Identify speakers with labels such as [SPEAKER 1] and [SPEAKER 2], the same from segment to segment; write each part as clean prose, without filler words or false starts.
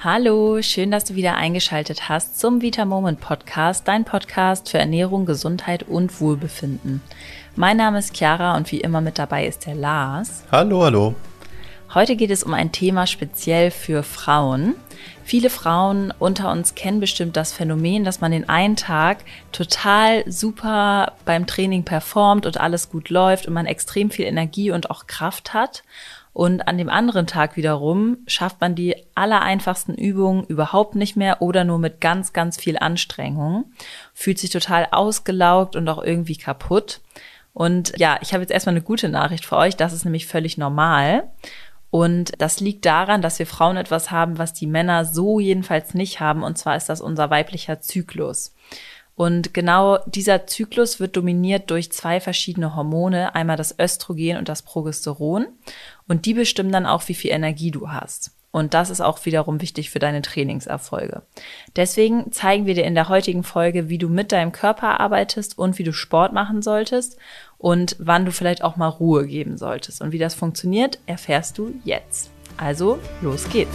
[SPEAKER 1] Hallo, schön, dass du wieder eingeschaltet hast zum Vita Moment Podcast, dein Podcast für Ernährung, Gesundheit und Wohlbefinden. Mein Name ist Chiara und wie immer mit dabei ist der Lars.
[SPEAKER 2] Hallo, hallo.
[SPEAKER 1] Heute geht es um ein Thema speziell für Frauen. Viele Frauen unter uns kennen bestimmt das Phänomen, dass man den einen Tag total super beim Training performt und alles gut läuft und man extrem viel Energie und auch Kraft hat. Und an dem anderen Tag wiederum schafft man die allereinfachsten Übungen überhaupt nicht mehr oder nur mit ganz, ganz viel Anstrengung. Fühlt sich total ausgelaugt und auch irgendwie kaputt. Und ja, ich habe jetzt erstmal eine gute Nachricht für euch. Das ist nämlich völlig normal. Und das liegt daran, dass wir Frauen etwas haben, was die Männer so jedenfalls nicht haben. Und zwar ist das unser weiblicher Zyklus. Und genau dieser Zyklus wird dominiert durch zwei verschiedene Hormone, einmal das Östrogen und das Progesteron. Und die bestimmen dann auch, wie viel Energie du hast. Und das ist auch wiederum wichtig für deine Trainingserfolge. Deswegen zeigen wir dir in der heutigen Folge, wie du mit deinem Körper arbeitest und wie du Sport machen solltest und wann du vielleicht auch mal Ruhe geben solltest. Und wie das funktioniert, erfährst du jetzt. Also, los geht's!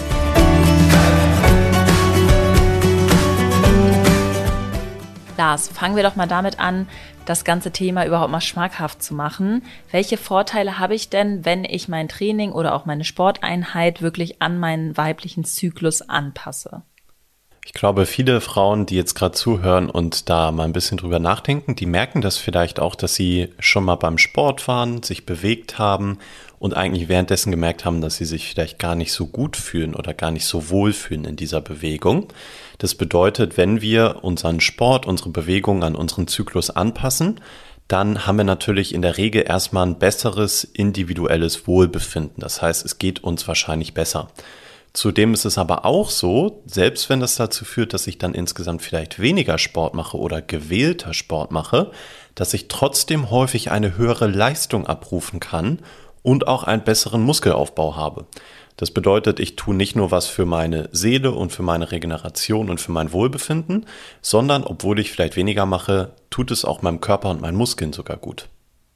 [SPEAKER 1] Lars, fangen wir doch mal damit an, das ganze Thema überhaupt mal schmackhaft zu machen. Welche Vorteile habe ich denn, wenn ich mein Training oder auch meine Sporteinheit wirklich an meinen weiblichen Zyklus anpasse?
[SPEAKER 2] Ich glaube, viele Frauen, die jetzt gerade zuhören und da mal ein bisschen drüber nachdenken, die merken das vielleicht auch, dass sie schon mal beim Sport waren, sich bewegt haben und eigentlich währenddessen gemerkt haben, dass sie sich vielleicht gar nicht so gut fühlen oder gar nicht so wohl fühlen in dieser Bewegung. Das bedeutet, wenn wir unseren Sport, unsere Bewegung an unseren Zyklus anpassen, dann haben wir natürlich in der Regel erstmal ein besseres individuelles Wohlbefinden. Das heißt, es geht uns wahrscheinlich besser. Zudem ist es aber auch so, selbst wenn das dazu führt, dass ich dann insgesamt vielleicht weniger Sport mache oder gewählter Sport mache, dass ich trotzdem häufig eine höhere Leistung abrufen kann und auch einen besseren Muskelaufbau habe. Das bedeutet, ich tue nicht nur was für meine Seele und für meine Regeneration und für mein Wohlbefinden, sondern obwohl ich vielleicht weniger mache, tut es auch meinem Körper und meinen Muskeln sogar gut.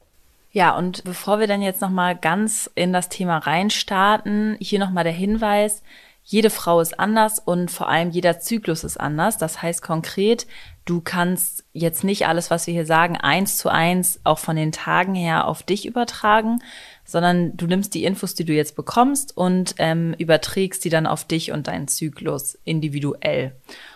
[SPEAKER 1] Ja, und bevor wir dann jetzt nochmal ganz in das Thema reinstarten, hier nochmal der Hinweis, jede Frau ist anders und vor allem jeder Zyklus ist anders. Das heißt konkret, du kannst jetzt nicht alles, was wir hier sagen, 1:1 auch von den Tagen her auf dich übertragen, sondern du nimmst die Infos, die du jetzt bekommst und überträgst die dann auf dich und deinen Zyklus individuell.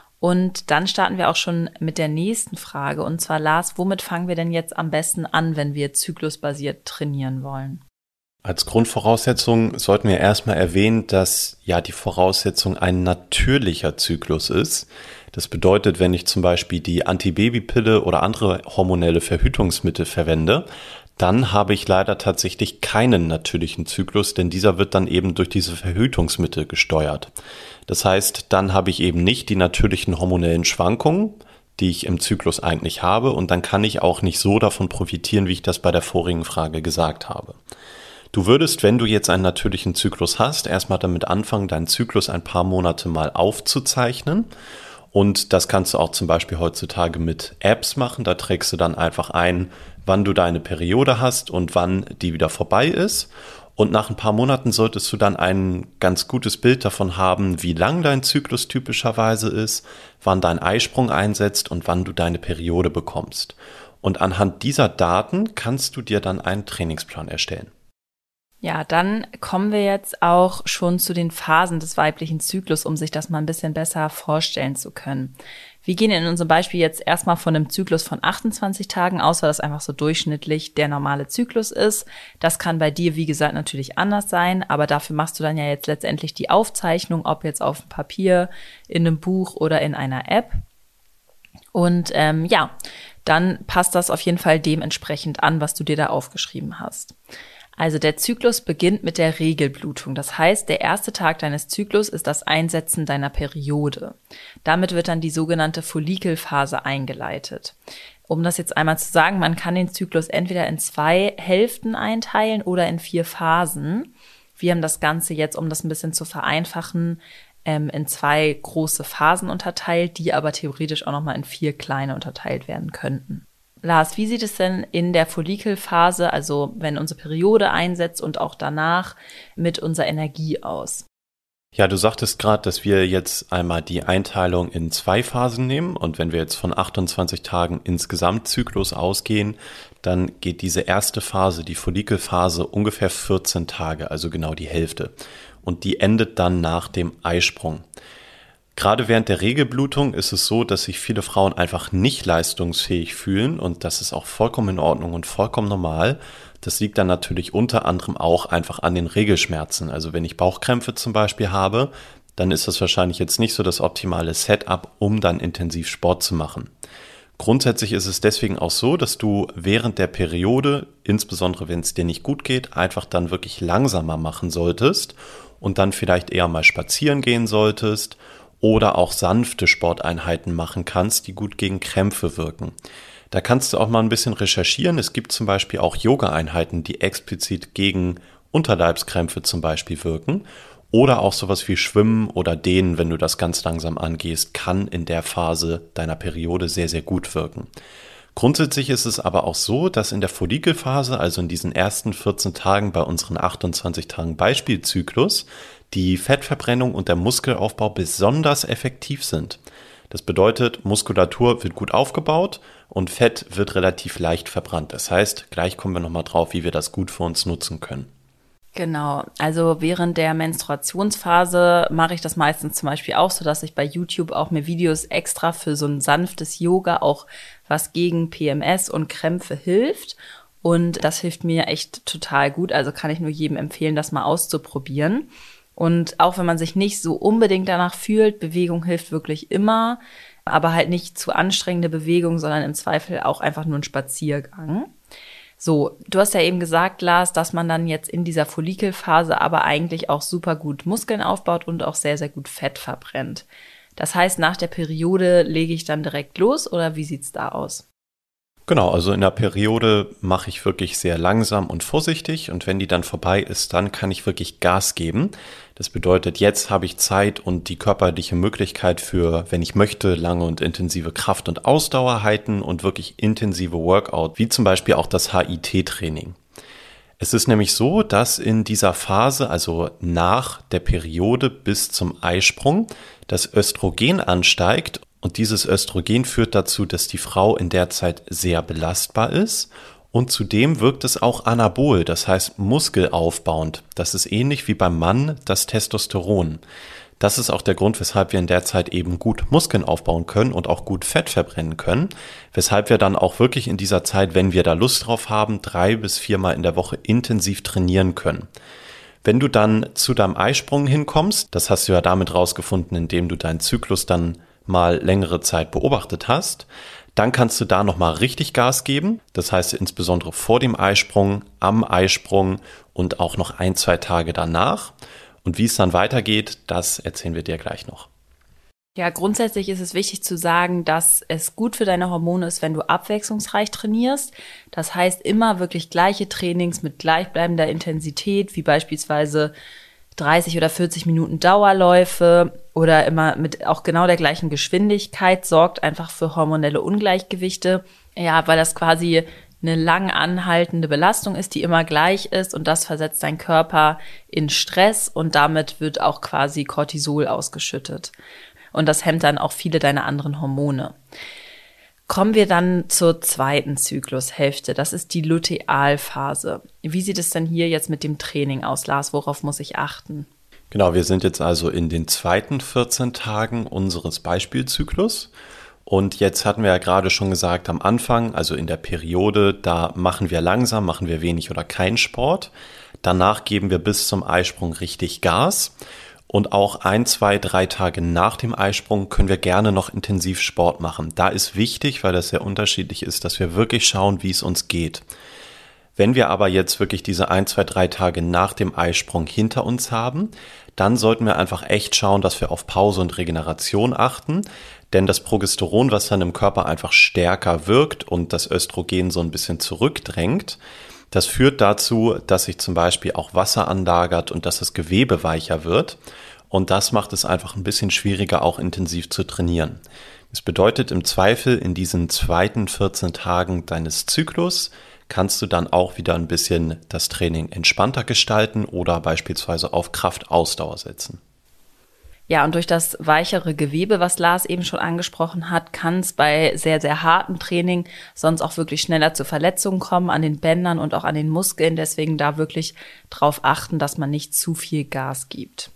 [SPEAKER 1] Und dann starten wir auch schon mit der nächsten Frage. Und zwar, Lars, womit fangen wir denn jetzt am besten an, wenn wir zyklusbasiert trainieren wollen?
[SPEAKER 2] Als Grundvoraussetzung sollten wir erstmal erwähnen, dass ja die Voraussetzung ein natürlicher Zyklus ist. Das bedeutet, wenn ich zum Beispiel die Antibabypille oder andere hormonelle Verhütungsmittel verwende, dann habe ich leider tatsächlich keinen natürlichen Zyklus, denn dieser wird dann eben durch diese Verhütungsmittel gesteuert. Das heißt, dann habe ich eben nicht die natürlichen hormonellen Schwankungen, die ich im Zyklus eigentlich habe, und dann kann ich auch nicht so davon profitieren, wie ich das bei der vorigen Frage gesagt habe. Du würdest, wenn du jetzt einen natürlichen Zyklus hast, erstmal damit anfangen, deinen Zyklus ein paar Monate mal aufzuzeichnen. Und das kannst du auch zum Beispiel heutzutage mit Apps machen. Da trägst du dann einfach ein, wann du deine Periode hast und wann die wieder vorbei ist. Und nach ein paar Monaten solltest du dann ein ganz gutes Bild davon haben, wie lang dein Zyklus typischerweise ist, wann dein Eisprung einsetzt und wann du deine Periode bekommst. Und anhand dieser Daten kannst du dir dann einen Trainingsplan erstellen.
[SPEAKER 1] Ja, dann kommen wir jetzt auch schon zu den Phasen des weiblichen Zyklus, um sich das mal ein bisschen besser vorstellen zu können. Wir gehen in unserem Beispiel jetzt erstmal von einem Zyklus von 28 Tagen aus, weil das einfach so durchschnittlich der normale Zyklus ist. Das kann bei dir, wie gesagt, natürlich anders sein, aber dafür machst du dann ja jetzt letztendlich die Aufzeichnung, ob jetzt auf dem Papier, in einem Buch oder in einer App. Und dann passt das auf jeden Fall dementsprechend an, was du dir da aufgeschrieben hast. Also der Zyklus beginnt mit der Regelblutung. Das heißt, der erste Tag deines Zyklus ist das Einsetzen deiner Periode. Damit wird dann die sogenannte Follikelphase eingeleitet. Um das jetzt einmal zu sagen, man kann den Zyklus entweder in 2 Hälften einteilen oder in 4 Phasen. Wir haben das Ganze jetzt, um das ein bisschen zu vereinfachen, in 2 große Phasen unterteilt, die aber theoretisch auch nochmal in 4 kleine unterteilt werden könnten. Lars, wie sieht es denn in der Follikelphase, also wenn unsere Periode einsetzt und auch danach, mit unserer Energie aus?
[SPEAKER 2] Ja, du sagtest gerade, dass wir jetzt einmal die Einteilung in 2 Phasen nehmen und wenn wir jetzt von 28 Tagen insgesamt Zyklus ausgehen, dann geht diese erste Phase, die Follikelphase, ungefähr 14 Tage, also genau die Hälfte. Und die endet dann nach dem Eisprung. Gerade während der Regelblutung ist es so, dass sich viele Frauen einfach nicht leistungsfähig fühlen und das ist auch vollkommen in Ordnung und vollkommen normal. Das liegt dann natürlich unter anderem auch einfach an den Regelschmerzen. Also wenn ich Bauchkrämpfe zum Beispiel habe, dann ist das wahrscheinlich jetzt nicht so das optimale Setup, um dann intensiv Sport zu machen. Grundsätzlich ist es deswegen auch so, dass du während der Periode, insbesondere wenn es dir nicht gut geht, einfach dann wirklich langsamer machen solltest und dann vielleicht eher mal spazieren gehen solltest oder auch sanfte Sporteinheiten machen kannst, die gut gegen Krämpfe wirken. Da kannst du auch mal ein bisschen recherchieren. Es gibt zum Beispiel auch Yoga-Einheiten, die explizit gegen Unterleibskrämpfe zum Beispiel wirken. Oder auch sowas wie Schwimmen oder Dehnen, wenn du das ganz langsam angehst, kann in der Phase deiner Periode sehr, sehr gut wirken. Grundsätzlich ist es aber auch so, dass in der Follikelphase, also in diesen ersten 14 Tagen bei unseren 28 Tagen Beispielzyklus, die Fettverbrennung und der Muskelaufbau besonders effektiv sind. Das bedeutet, Muskulatur wird gut aufgebaut und Fett wird relativ leicht verbrannt. Das heißt, gleich kommen wir nochmal drauf, wie wir das gut für uns nutzen können.
[SPEAKER 1] Genau, also während der Menstruationsphase mache ich das meistens zum Beispiel auch so, dass ich bei YouTube auch mir Videos extra für so ein sanftes Yoga, auch was gegen PMS und Krämpfe hilft. Und das hilft mir echt total gut. Also kann ich nur jedem empfehlen, das mal auszuprobieren. Und auch wenn man sich nicht so unbedingt danach fühlt, Bewegung hilft wirklich immer, aber halt nicht zu anstrengende Bewegung, sondern im Zweifel auch einfach nur ein Spaziergang. So, du hast ja eben gesagt, Lars, dass man dann jetzt in dieser Follikelphase aber eigentlich auch super gut Muskeln aufbaut und auch sehr, sehr gut Fett verbrennt. Das heißt, nach der Periode lege ich dann direkt los oder wie sieht's da aus?
[SPEAKER 2] Genau, also in der Periode mache ich wirklich sehr langsam und vorsichtig und wenn die dann vorbei ist, dann kann ich wirklich Gas geben. Das bedeutet, jetzt habe ich Zeit und die körperliche Möglichkeit für, wenn ich möchte, lange und intensive Kraft- und Ausdauereinheiten und wirklich intensive Workout, wie zum Beispiel auch das HIIT-Training. Es ist nämlich so, dass in dieser Phase, also nach der Periode bis zum Eisprung, das Östrogen ansteigt. Und dieses Östrogen führt dazu, dass die Frau in der Zeit sehr belastbar ist und zudem wirkt es auch anabol, das heißt muskelaufbauend. Das ist ähnlich wie beim Mann das Testosteron. Das ist auch der Grund, weshalb wir in der Zeit eben gut Muskeln aufbauen können und auch gut Fett verbrennen können, weshalb wir dann auch wirklich in dieser Zeit, wenn wir da Lust drauf haben, 3 bis 4 Mal in der Woche intensiv trainieren können. Wenn du dann zu deinem Eisprung hinkommst, das hast du ja damit rausgefunden, indem du deinen Zyklus dann mal längere Zeit beobachtet hast, dann kannst du da nochmal richtig Gas geben. Das heißt insbesondere vor dem Eisprung, am Eisprung und auch noch 1, 2 Tage danach. Und wie es dann weitergeht, das erzählen wir dir gleich noch.
[SPEAKER 1] Ja, grundsätzlich ist es wichtig zu sagen, dass es gut für deine Hormone ist, wenn du abwechslungsreich trainierst. Das heißt immer wirklich gleiche Trainings mit gleichbleibender Intensität, wie beispielsweise 30 oder 40 Minuten Dauerläufe oder immer mit auch genau der gleichen Geschwindigkeit, sorgt einfach für hormonelle Ungleichgewichte. Ja, weil das quasi eine lang anhaltende Belastung ist, die immer gleich ist und das versetzt dein Körper in Stress und damit wird auch quasi Cortisol ausgeschüttet. Und das hemmt dann auch viele deiner anderen Hormone. Kommen wir dann zur zweiten Zyklushälfte. Das ist die Lutealphase. Wie sieht es denn hier jetzt mit dem Training aus, Lars? Worauf muss ich achten?
[SPEAKER 2] Genau, wir sind jetzt also in den zweiten 14 Tagen unseres Beispielzyklus. Und jetzt hatten wir ja gerade schon gesagt, am Anfang, also in der Periode, da machen wir langsam, machen wir wenig oder keinen Sport. Danach geben wir bis zum Eisprung richtig Gas. Und auch 1, 2, 3 Tage nach dem Eisprung können wir gerne noch intensiv Sport machen. Da ist wichtig, weil das sehr unterschiedlich ist, dass wir wirklich schauen, wie es uns geht. Wenn wir aber jetzt wirklich diese 1, 2, 3 Tage nach dem Eisprung hinter uns haben, dann sollten wir einfach echt schauen, dass wir auf Pause und Regeneration achten. Denn das Progesteron, was dann im Körper einfach stärker wirkt und das Östrogen so ein bisschen zurückdrängt, das führt dazu, dass sich zum Beispiel auch Wasser anlagert und dass das Gewebe weicher wird. Und das macht es einfach ein bisschen schwieriger, auch intensiv zu trainieren. Das bedeutet im Zweifel, in diesen zweiten 14 Tagen deines Zyklus kannst du dann auch wieder ein bisschen das Training entspannter gestalten oder beispielsweise auf Kraftausdauer setzen.
[SPEAKER 1] Ja, und durch das weichere Gewebe, was Lars eben schon angesprochen hat, kann es bei sehr, sehr hartem Training sonst auch wirklich schneller zu Verletzungen kommen an den Bändern und auch an den Muskeln. Deswegen da wirklich drauf achten, dass man nicht zu viel Gas gibt.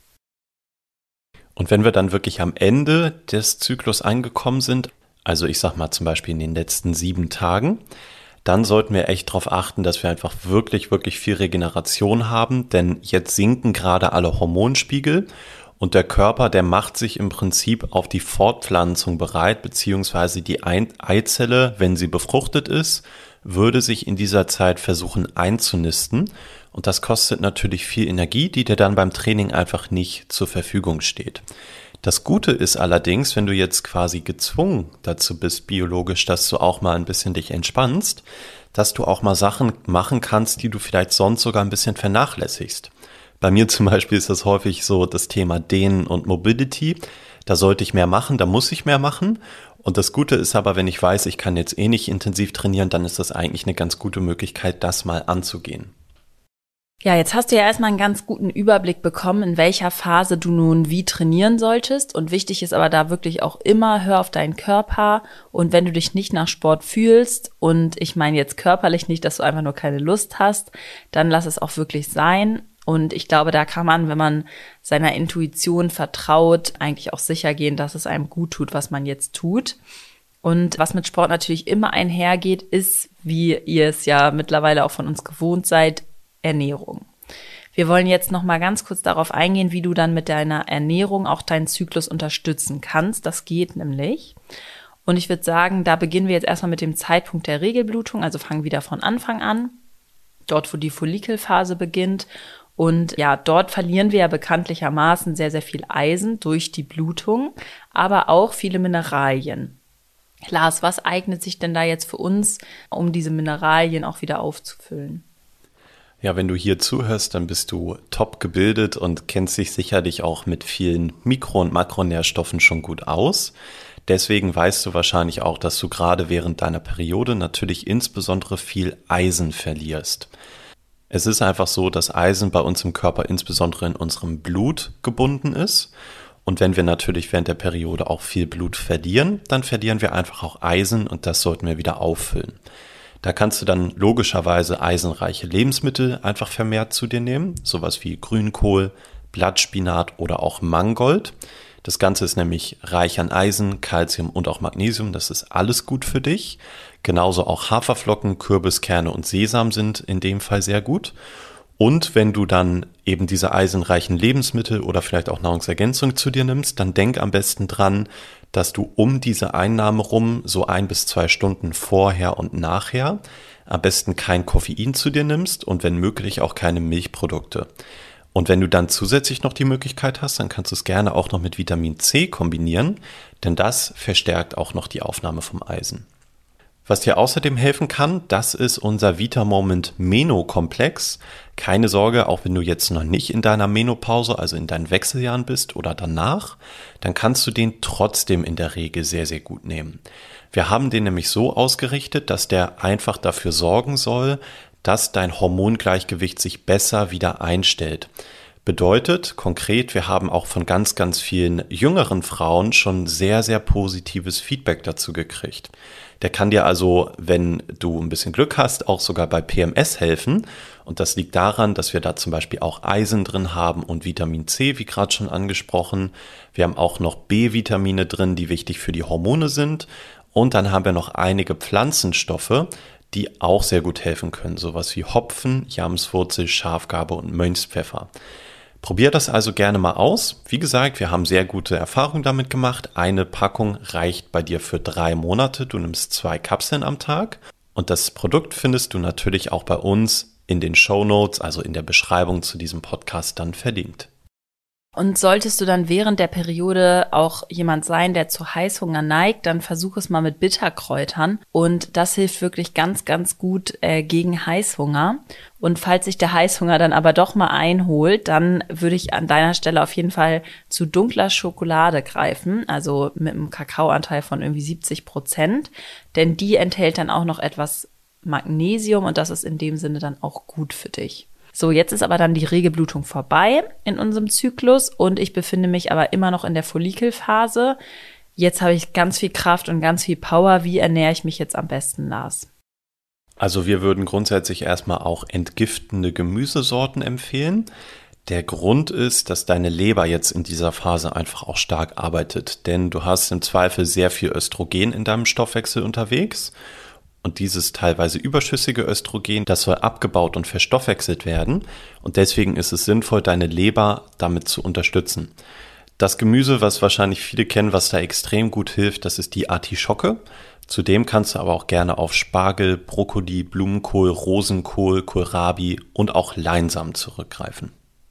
[SPEAKER 2] Und wenn wir dann wirklich am Ende des Zyklus angekommen sind, also ich sag mal zum Beispiel in den letzten 7 Tagen, dann sollten wir echt darauf achten, dass wir einfach wirklich, wirklich viel Regeneration haben, denn jetzt sinken gerade alle Hormonspiegel und der Körper, der macht sich im Prinzip auf die Fortpflanzung bereit, beziehungsweise die Eizelle, wenn sie befruchtet ist, würde sich in dieser Zeit versuchen einzunisten. Und das kostet natürlich viel Energie, die dir dann beim Training einfach nicht zur Verfügung steht. Das Gute ist allerdings, wenn du jetzt quasi gezwungen dazu bist, biologisch, dass du auch mal ein bisschen dich entspannst, dass du auch mal Sachen machen kannst, die du vielleicht sonst sogar ein bisschen vernachlässigst. Bei mir zum Beispiel ist das häufig so das Thema Dehnen und Mobility. Da sollte ich mehr machen, da muss ich mehr machen. Und das Gute ist aber, wenn ich weiß, ich kann jetzt eh nicht intensiv trainieren, dann ist das eigentlich eine ganz gute Möglichkeit, das mal anzugehen.
[SPEAKER 1] Ja, jetzt hast du ja erstmal einen ganz guten Überblick bekommen, in welcher Phase du nun wie trainieren solltest. Und wichtig ist aber da wirklich auch immer, hör auf deinen Körper. Und wenn du dich nicht nach Sport fühlst, und ich meine jetzt körperlich nicht, dass du einfach nur keine Lust hast, dann lass es auch wirklich sein. Und ich glaube, da kann man, wenn man seiner Intuition vertraut, eigentlich auch sicher gehen, dass es einem gut tut, was man jetzt tut. Und was mit Sport natürlich immer einhergeht, ist, wie ihr es ja mittlerweile auch von uns gewohnt seid, Ernährung. Wir wollen jetzt noch mal ganz kurz darauf eingehen, wie du dann mit deiner Ernährung auch deinen Zyklus unterstützen kannst. Das geht nämlich. Und ich würde sagen, da beginnen wir jetzt erstmal mit dem Zeitpunkt der Regelblutung, also fangen wieder von Anfang an, dort wo die Follikelphase beginnt. Und ja, dort verlieren wir ja bekanntlichermaßen sehr, sehr viel Eisen durch die Blutung, aber auch viele Mineralien. Lars, was eignet sich denn da jetzt für uns, um diese Mineralien auch wieder aufzufüllen?
[SPEAKER 2] Ja, wenn du hier zuhörst, dann bist du top gebildet und kennst dich sicherlich auch mit vielen Mikro- und Makronährstoffen schon gut aus. Deswegen weißt du wahrscheinlich auch, dass du gerade während deiner Periode natürlich insbesondere viel Eisen verlierst. Es ist einfach so, dass Eisen bei uns im Körper insbesondere in unserem Blut gebunden ist. Und wenn wir natürlich während der Periode auch viel Blut verlieren, dann verlieren wir einfach auch Eisen und das sollten wir wieder auffüllen. Da kannst du dann logischerweise eisenreiche Lebensmittel einfach vermehrt zu dir nehmen, sowas wie Grünkohl, Blattspinat oder auch Mangold. Das Ganze ist nämlich reich an Eisen, Calcium und auch Magnesium, das ist alles gut für dich. Genauso auch Haferflocken, Kürbiskerne und Sesam sind in dem Fall sehr gut. Und wenn du dann eben diese eisenreichen Lebensmittel oder vielleicht auch Nahrungsergänzung zu dir nimmst, dann denk am besten dran, dass du um diese Einnahme rum so 1 bis 2 Stunden vorher und nachher am besten kein Koffein zu dir nimmst und wenn möglich auch keine Milchprodukte. Und wenn du dann zusätzlich noch die Möglichkeit hast, dann kannst du es gerne auch noch mit Vitamin C kombinieren, denn das verstärkt auch noch die Aufnahme vom Eisen. Was dir außerdem helfen kann, das ist unser Vitamoment Meno-Komplex. Keine Sorge, auch wenn du jetzt noch nicht in deiner Menopause, also in deinen Wechseljahren bist oder danach, dann kannst du den trotzdem in der Regel sehr, sehr gut nehmen. Wir haben den nämlich so ausgerichtet, dass der einfach dafür sorgen soll, dass dein Hormongleichgewicht sich besser wieder einstellt. Bedeutet konkret, wir haben auch von ganz, ganz vielen jüngeren Frauen schon sehr, sehr positives Feedback dazu gekriegt. Der kann dir also, wenn du ein bisschen Glück hast, auch sogar bei PMS helfen. Und das liegt daran, dass wir da zum Beispiel auch Eisen drin haben und Vitamin C, wie gerade schon angesprochen. Wir haben auch noch B-Vitamine drin, die wichtig für die Hormone sind. Und dann haben wir noch einige Pflanzenstoffe, die auch sehr gut helfen können. Sowas wie Hopfen, Jamswurzel, Schafgarbe und Mönchspfeffer. Probier das also gerne mal aus. Wie gesagt, wir haben sehr gute Erfahrungen damit gemacht. Eine Packung reicht bei dir für 3 Monate. Du nimmst 2 Kapseln am Tag. Und das Produkt findest du natürlich auch bei uns in den Shownotes, also in der Beschreibung zu diesem Podcast dann verlinkt.
[SPEAKER 1] Und solltest du dann während der Periode auch jemand sein, der zu Heißhunger neigt, dann versuch es mal mit Bitterkräutern. Und das hilft wirklich ganz, ganz gut gegen Heißhunger. Und falls sich der Heißhunger dann aber doch mal einholt, dann würde ich an deiner Stelle auf jeden Fall zu dunkler Schokolade greifen, also mit einem Kakaoanteil von irgendwie 70%. Denn die enthält dann auch noch etwas Magnesium und das ist in dem Sinne dann auch gut für dich. So, jetzt ist aber dann die Regelblutung vorbei in unserem Zyklus und ich befinde mich aber immer noch in der Follikelphase. Jetzt habe ich ganz viel Kraft und ganz viel Power. Wie ernähre ich mich jetzt am besten, Lars?
[SPEAKER 2] Also wir würden grundsätzlich erstmal auch entgiftende Gemüsesorten empfehlen. Der Grund ist, dass deine Leber jetzt in dieser Phase einfach auch stark arbeitet, denn du hast im Zweifel sehr viel Östrogen in deinem Stoffwechsel unterwegs und dieses teilweise überschüssige Östrogen, das soll abgebaut und verstoffwechselt werden und deswegen ist es sinnvoll, deine Leber damit zu unterstützen. Das Gemüse, was wahrscheinlich viele kennen, was da extrem gut hilft, das ist die Artischocke. Zudem kannst du aber auch gerne auf Spargel, Brokkoli, Blumenkohl, Rosenkohl, Kohlrabi und auch Leinsamen zurückgreifen.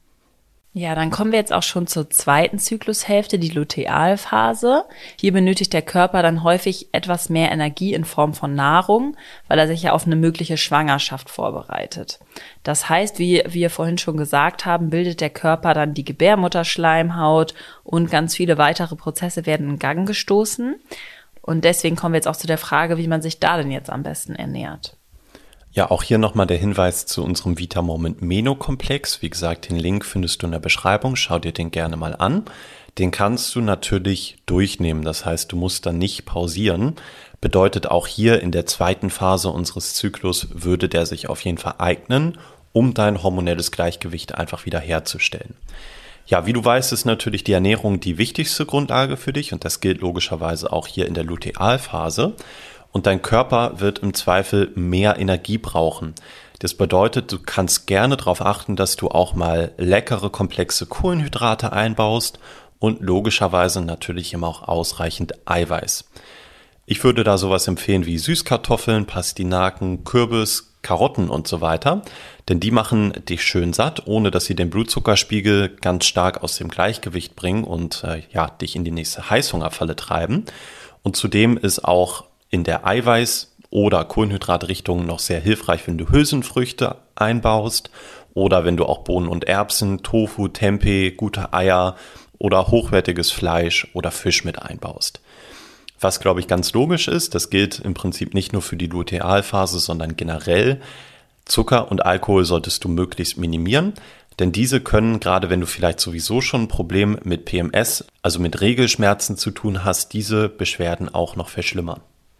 [SPEAKER 1] Ja, dann kommen wir jetzt auch schon zur zweiten Zyklushälfte, die Lutealphase. Hier benötigt der Körper dann häufig etwas mehr Energie in Form von Nahrung, weil er sich ja auf eine mögliche Schwangerschaft vorbereitet. Das heißt, wie wir vorhin schon gesagt haben, bildet der Körper dann die Gebärmutterschleimhaut und ganz viele weitere Prozesse werden in Gang gestoßen. Und deswegen kommen wir jetzt auch zu der Frage, wie man sich da denn jetzt am besten ernährt.
[SPEAKER 2] Ja, auch hier nochmal der Hinweis zu unserem Vitamoment Meno-Komplex. Wie gesagt, den Link findest du in der Beschreibung. Schau dir den gerne mal an. Den kannst du natürlich durchnehmen. Das heißt, du musst dann nicht pausieren. Bedeutet auch hier in der zweiten Phase unseres Zyklus würde der sich auf jeden Fall eignen, um dein hormonelles Gleichgewicht einfach wieder herzustellen. Ja, wie du weißt, ist natürlich die Ernährung die wichtigste Grundlage für dich und das gilt logischerweise auch hier in der Lutealphase. Und dein Körper wird im Zweifel mehr Energie brauchen. Das bedeutet, du kannst gerne darauf achten, dass du auch mal leckere, komplexe Kohlenhydrate einbaust und logischerweise natürlich immer auch ausreichend Eiweiß. Ich würde da sowas empfehlen wie Süßkartoffeln, Pastinaken, Kürbis, Karotten und so weiter, denn die machen dich schön satt, ohne dass sie den Blutzuckerspiegel ganz stark aus dem Gleichgewicht bringen und dich in die nächste Heißhungerfalle treiben. Und zudem ist auch in der Eiweiß- oder Kohlenhydratrichtung noch sehr hilfreich, wenn du Hülsenfrüchte einbaust oder wenn du auch Bohnen und Erbsen, Tofu, Tempeh, gute Eier oder hochwertiges Fleisch oder Fisch mit einbaust. Was, glaube ich, ganz logisch ist, das gilt im Prinzip nicht nur für die Lutealphase, sondern generell, Zucker und Alkohol solltest du möglichst minimieren, denn diese können, gerade wenn du vielleicht sowieso schon ein Problem mit PMS, also mit Regelschmerzen zu tun hast, diese Beschwerden auch noch verschlimmern.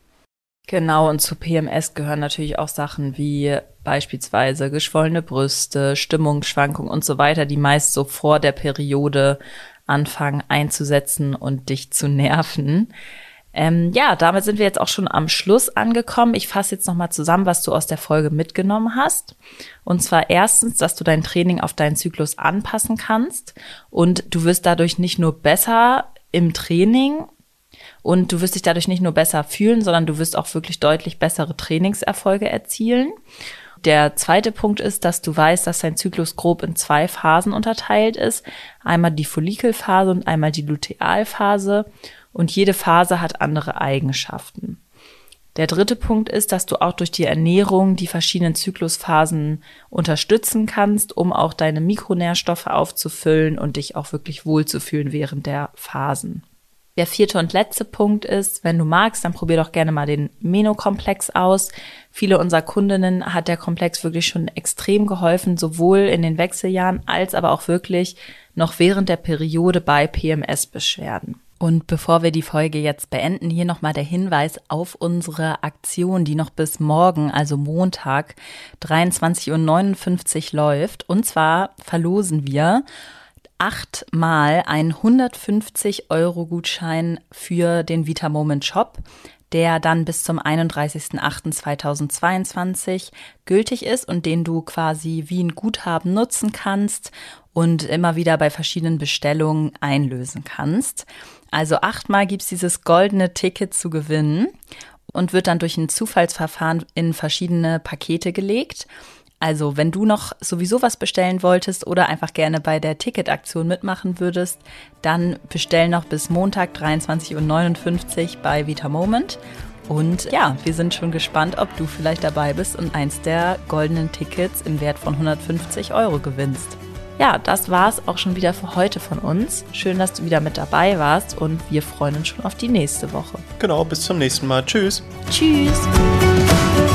[SPEAKER 1] Genau, und zu PMS gehören natürlich auch Sachen wie beispielsweise geschwollene Brüste, Stimmungsschwankungen und so weiter, die meist so vor der Periode anfangen einzusetzen und dich zu nerven. Damit sind wir jetzt auch schon am Schluss angekommen. Ich fasse jetzt nochmal zusammen, was du aus der Folge mitgenommen hast. Und zwar erstens, dass du dein Training auf deinen Zyklus anpassen kannst und du wirst dadurch nicht nur besser im Training und du wirst dich dadurch nicht nur besser fühlen, sondern du wirst auch wirklich deutlich bessere Trainingserfolge erzielen. Der zweite Punkt ist, dass du weißt, dass dein Zyklus grob in 2 Phasen unterteilt ist. Einmal die Follikelphase und einmal die Lutealphase. Und jede Phase hat andere Eigenschaften. Der dritte Punkt ist, dass du auch durch die Ernährung die verschiedenen Zyklusphasen unterstützen kannst, um auch deine Mikronährstoffe aufzufüllen und dich auch wirklich wohlzufühlen während der Phasen. Der vierte und letzte Punkt ist, wenn du magst, dann probier doch gerne mal den Meno-Komplex aus. Viele unserer Kundinnen hat der Komplex wirklich schon extrem geholfen, sowohl in den Wechseljahren als aber auch wirklich noch während der Periode bei PMS-Beschwerden. Und bevor wir die Folge jetzt beenden, hier nochmal der Hinweis auf unsere Aktion, die noch bis morgen, also Montag, 23:59 Uhr läuft. Und zwar verlosen wir 8-mal einen 150-Euro-Gutschein für den Vitamoment Shop, der dann bis zum 31.08.2022 gültig ist und den du quasi wie ein Guthaben nutzen kannst und immer wieder bei verschiedenen Bestellungen einlösen kannst. Also 8-mal gibt's dieses goldene Ticket zu gewinnen und wird dann durch ein Zufallsverfahren in verschiedene Pakete gelegt. Also wenn du noch sowieso was bestellen wolltest oder einfach gerne bei der Ticketaktion mitmachen würdest, dann bestell noch bis Montag 23:59 Uhr bei Vitamoment. Und ja, wir sind schon gespannt, ob du vielleicht dabei bist und eins der goldenen Tickets im Wert von 150 Euro gewinnst. Ja, das war's auch schon wieder für heute von uns. Schön, dass du wieder mit dabei warst und wir freuen uns schon auf die nächste Woche.
[SPEAKER 2] Genau, bis zum nächsten Mal. Tschüss.
[SPEAKER 1] Tschüss.